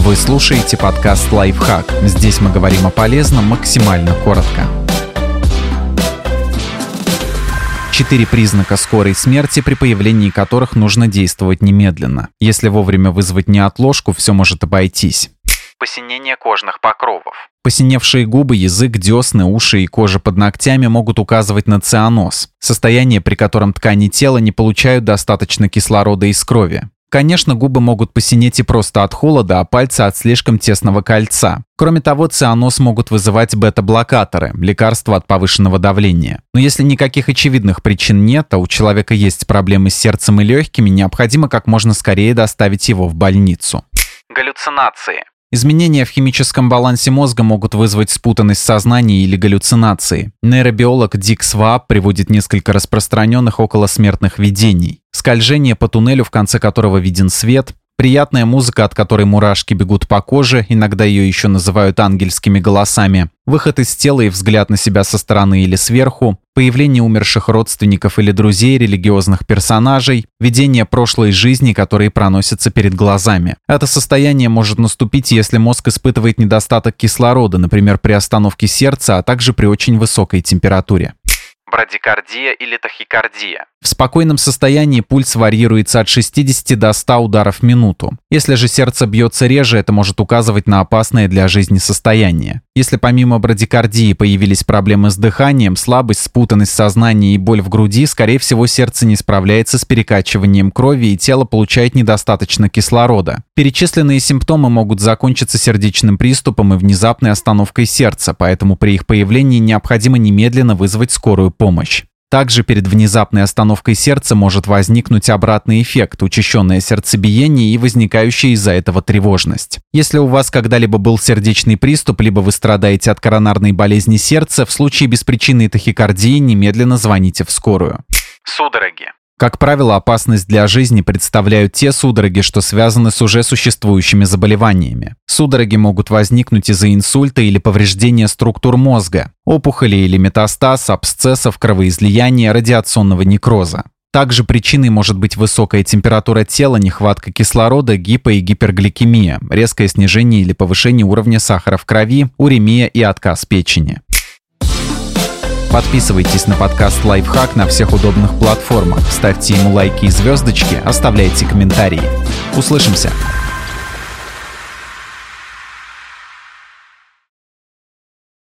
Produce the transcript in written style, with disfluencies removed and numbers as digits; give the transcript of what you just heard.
Вы слушаете подкаст «Лайфхак». Здесь мы говорим о полезном максимально коротко. 4 признака скорой смерти, при появлении которых нужно действовать немедленно. Если вовремя вызвать неотложку, все может обойтись. Посинение кожных покровов. Посиневшие губы, язык, десны, уши и кожа под ногтями могут указывать на цианоз, состояние, при котором ткани тела не получают достаточно кислорода из крови. Конечно, губы могут посинеть и просто от холода, а пальцы от слишком тесного кольца. Кроме того, цианоз могут вызывать бета-блокаторы, лекарства от повышенного давления. Но если никаких очевидных причин нет, а у человека есть проблемы с сердцем и легкими, необходимо как можно скорее доставить его в больницу. Галлюцинации. Изменения в химическом балансе мозга могут вызвать спутанность сознания или галлюцинации. Нейробиолог Дик Свааб приводит несколько распространенных околосмертных видений. Скольжение по туннелю, в конце которого виден свет, приятная музыка, от которой мурашки бегут по коже, иногда ее еще называют ангельскими голосами, выход из тела и взгляд на себя со стороны или сверху, появление умерших родственников или друзей, религиозных персонажей, видение прошлой жизни, которые проносятся перед глазами. Это состояние может наступить, если мозг испытывает недостаток кислорода, например, при остановке сердца, а также при очень высокой температуре. Брадикардия или тахикардия. В спокойном состоянии пульс варьируется от 60 до 100 ударов в минуту. Если же сердце бьется реже, это может указывать на опасное для жизни состояние. Если помимо брадикардии появились проблемы с дыханием, слабость, спутанность сознания и боль в груди, скорее всего, сердце не справляется с перекачиванием крови и тело получает недостаточно кислорода. Перечисленные симптомы могут закончиться сердечным приступом и внезапной остановкой сердца, поэтому при их появлении необходимо немедленно вызвать скорую помощь. Также перед внезапной остановкой сердца может возникнуть обратный эффект, учащенное сердцебиение и возникающая из-за этого тревожность. Если у вас когда-либо был сердечный приступ, либо вы страдаете от коронарной болезни сердца, в случае беспричинной тахикардии немедленно звоните в скорую. Судороги. Как правило, опасность для жизни представляют те судороги, что связаны с уже существующими заболеваниями. Судороги могут возникнуть из-за инсульта или повреждения структур мозга, опухоли или метастаз, абсцессов, кровоизлияния, радиационного некроза. Также причиной может быть высокая температура тела, нехватка кислорода, гипо- и гипергликемия, резкое снижение или повышение уровня сахара в крови, уремия и отказ печени. Подписывайтесь на подкаст «Лайфхак» на всех удобных платформах, ставьте ему лайки и звездочки, оставляйте комментарии. Услышимся!